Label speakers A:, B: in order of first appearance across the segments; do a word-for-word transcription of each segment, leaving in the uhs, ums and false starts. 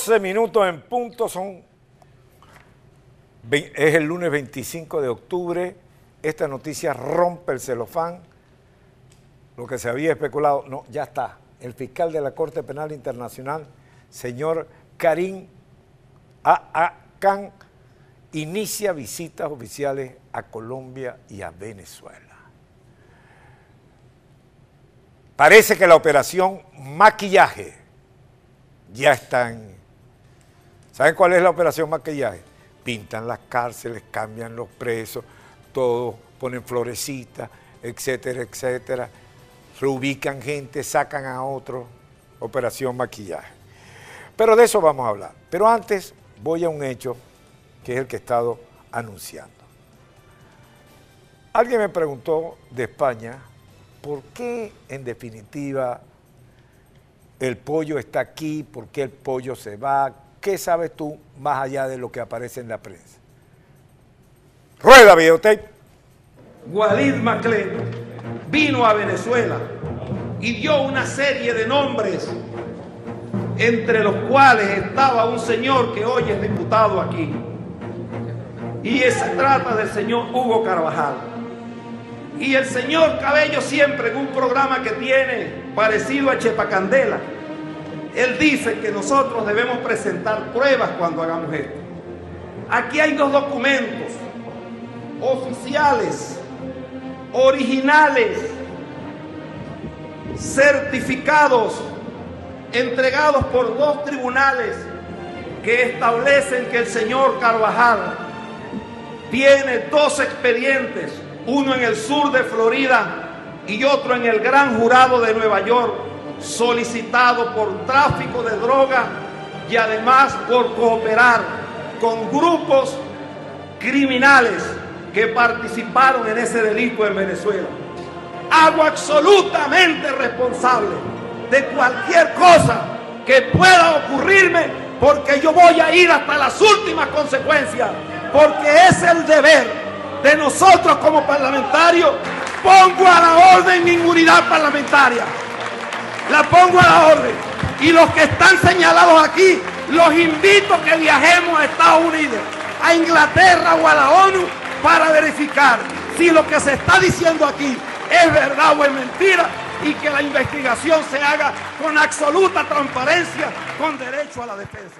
A: doce minutos en punto, son, es el lunes veinticinco de octubre. Esta noticia rompe el celofán. Lo que se había especulado, no, ya está. El fiscal de la Corte Penal Internacional, señor Karim Khan, inicia visitas oficiales a Colombia y a Venezuela. Parece que la operación maquillaje ya está en... ¿Saben cuál es la operación maquillaje? Pintan las cárceles, cambian los presos, todos ponen florecitas, etcétera, etcétera. Reubican gente, sacan a otro. Operación maquillaje. Pero de eso vamos a hablar. Pero antes voy a un hecho que es el que he estado anunciando. Alguien me preguntó de España, ¿por qué en definitiva el pollo está aquí? ¿Por qué el pollo se va? ¿Qué sabes tú más allá de lo que aparece en la prensa? Rueda, videotape.
B: Walid Maclet vino a Venezuela y dio una serie de nombres, entre los cuales estaba un señor que hoy es diputado aquí. Y se trata del señor Hugo Carvajal. Y el señor Cabello siempre en un programa que tiene parecido a Chepacandela, él dice que nosotros debemos presentar pruebas cuando hagamos esto. Aquí hay dos documentos oficiales, originales, certificados, entregados por dos tribunales que establecen que el señor Carvajal tiene dos expedientes, uno en el sur de Florida y otro en el Gran Jurado de Nueva York, solicitado por tráfico de droga y además por cooperar con grupos criminales que participaron en ese delito en Venezuela. Hago absolutamente responsable de cualquier cosa que pueda ocurrirme, porque yo voy a ir hasta las últimas consecuencias, porque es el deber de nosotros como parlamentarios. Pongo a la orden mi inmunidad parlamentaria, la pongo a la orden, y los que están señalados aquí los invito a que viajemos a Estados Unidos, a Inglaterra o a la ONU para verificar si lo que se está diciendo aquí es verdad o es mentira, y que la investigación se haga con absoluta transparencia, con derecho a la defensa.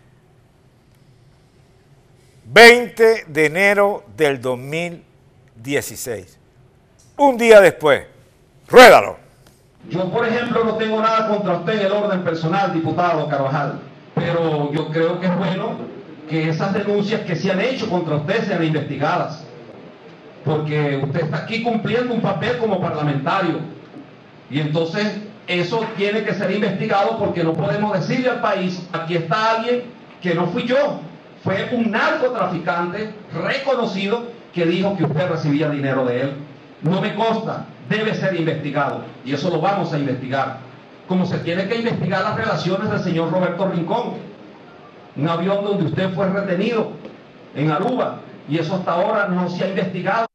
A: veinte de enero del dos mil dieciséis. Un día después. Ruédalo.
C: Yo, por ejemplo, no tengo nada contra usted en el orden personal, diputado Carvajal, pero yo creo que es bueno que esas denuncias que se han hecho contra usted sean investigadas, porque usted está aquí cumpliendo un papel como parlamentario, y entonces eso tiene que ser investigado, porque no podemos decirle al país, aquí está alguien que no fui yo, fue un narcotraficante reconocido que dijo que usted recibía dinero de él. No me consta, debe ser investigado, y eso lo vamos a investigar, como se tiene que investigar las relaciones del señor Roberto Rincón, un avión donde usted fue retenido en Aruba, y eso hasta ahora no se ha investigado.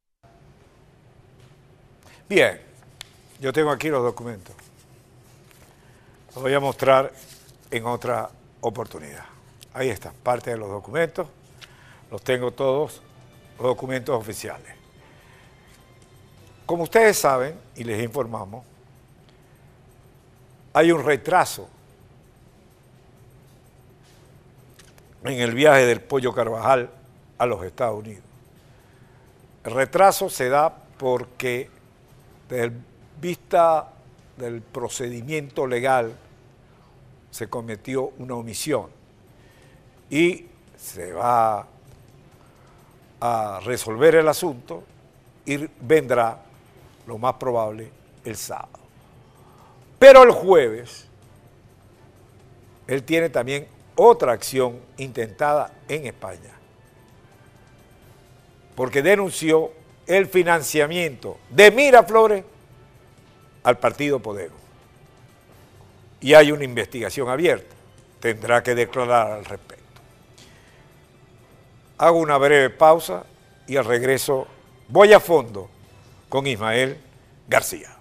A: Bien, yo tengo aquí los documentos. Los voy a mostrar en otra oportunidad. Ahí están, parte de los documentos. Los tengo todos, los documentos oficiales. Como ustedes saben, y les informamos, hay un retraso en el viaje del Pollo Carvajal a los Estados Unidos. El retraso se da porque, desde el vista del procedimiento legal, se cometió una omisión y se va a resolver el asunto y vendrá, lo más probable, el sábado. Pero el jueves, él tiene también otra acción intentada en España, porque denunció el financiamiento de Miraflores al partido Podemos. Y hay una investigación abierta, tendrá que declarar al respecto. Hago una breve pausa y al regreso voy a fondo con Ismael García.